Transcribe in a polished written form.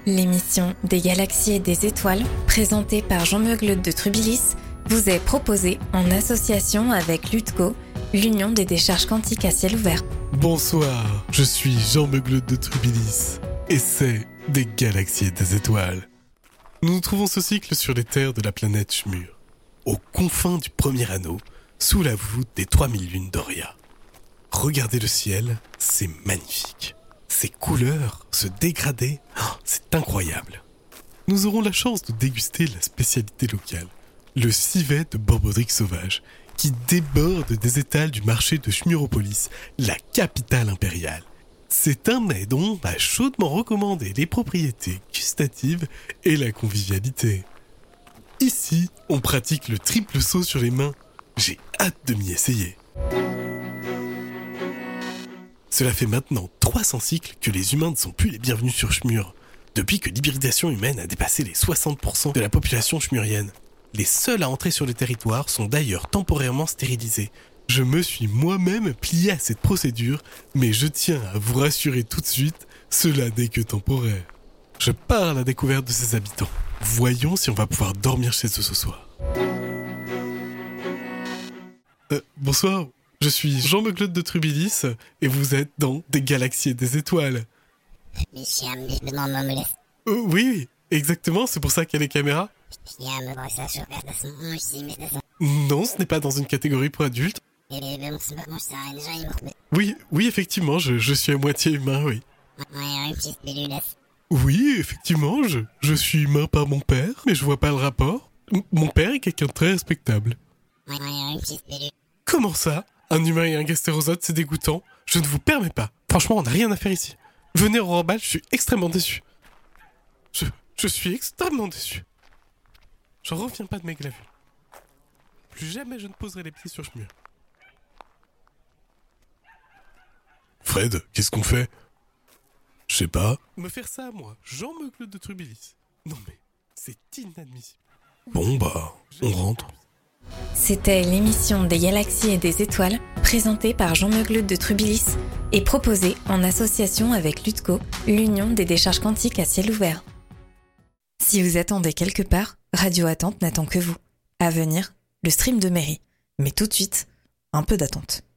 L'émission des galaxies et des étoiles, présentée par Jean Meugleut de Trubilis, vous est proposée en association avec l'UTCO, l'Union des décharges quantiques à ciel ouvert. Bonsoir, je suis Jean Meugleut de Trubilis, et c'est des galaxies et des étoiles. Nous nous trouvons ce cycle sur les terres de la planète Shmur, aux confins du premier anneau, sous la voûte des 3000 lunes d'Oria. Regardez le ciel, c'est magnifique. Ces couleurs, ce dégradé, c'est incroyable. Nous aurons la chance de déguster la spécialité locale, le civet de Borbodric sauvage, qui déborde des étals du marché de Shmuropolis, la capitale impériale. C'est un mets dont on m'a chaudement recommandé les propriétés gustatives et la convivialité. Ici, on pratique le triple saut sur les mains. J'ai hâte de m'y essayer. Cela fait maintenant 300 cycles que les humains ne sont plus les bienvenus sur Shmur, depuis que l'hybridation humaine a dépassé les 60% de la population shmurienne. Les seuls à entrer sur le territoire sont d'ailleurs temporairement stérilisés. Je me suis moi-même plié à cette procédure, mais je tiens à vous rassurer tout de suite, cela n'est que temporaire. Je pars à la découverte de ces habitants. Voyons si on va pouvoir dormir chez eux ce soir. Bonsoir. Je suis Jean Meugleut de Trubilis, et vous êtes dans des galaxies et des étoiles. Oui, exactement, c'est pour ça qu'il y a les caméras. Non, ce n'est pas dans une catégorie pour adultes. Oui, effectivement, je suis à moitié humain, oui. Oui, effectivement, je suis humain par mon père, mais je vois pas le rapport. Mon père est quelqu'un de très respectable. Comment ça ? Un humain et un gastérozote, c'est dégoûtant. Je ne vous permets pas. Franchement, on n'a rien à faire ici. Venez au Rorbal, je suis extrêmement déçu. Je suis extrêmement déçu. J'en reviens pas de mes glavules. Plus jamais je ne poserai les pieds sur Shmur. Fred, qu'est-ce qu'on fait ? Je sais pas. Me faire ça à moi, Jean Meugleut de Trubilis. Non mais, c'est inadmissible. Bon on rentre. C'était l'émission des galaxies et des étoiles, présentée par Jean Meugleut de Trubilis et proposée en association avec l'UTCO, l'Union des décharges quantiques à ciel ouvert. Si vous attendez quelque part, Radio Attente n'attend que vous. À venir, le stream de mairie. Mais tout de suite, un peu d'attente.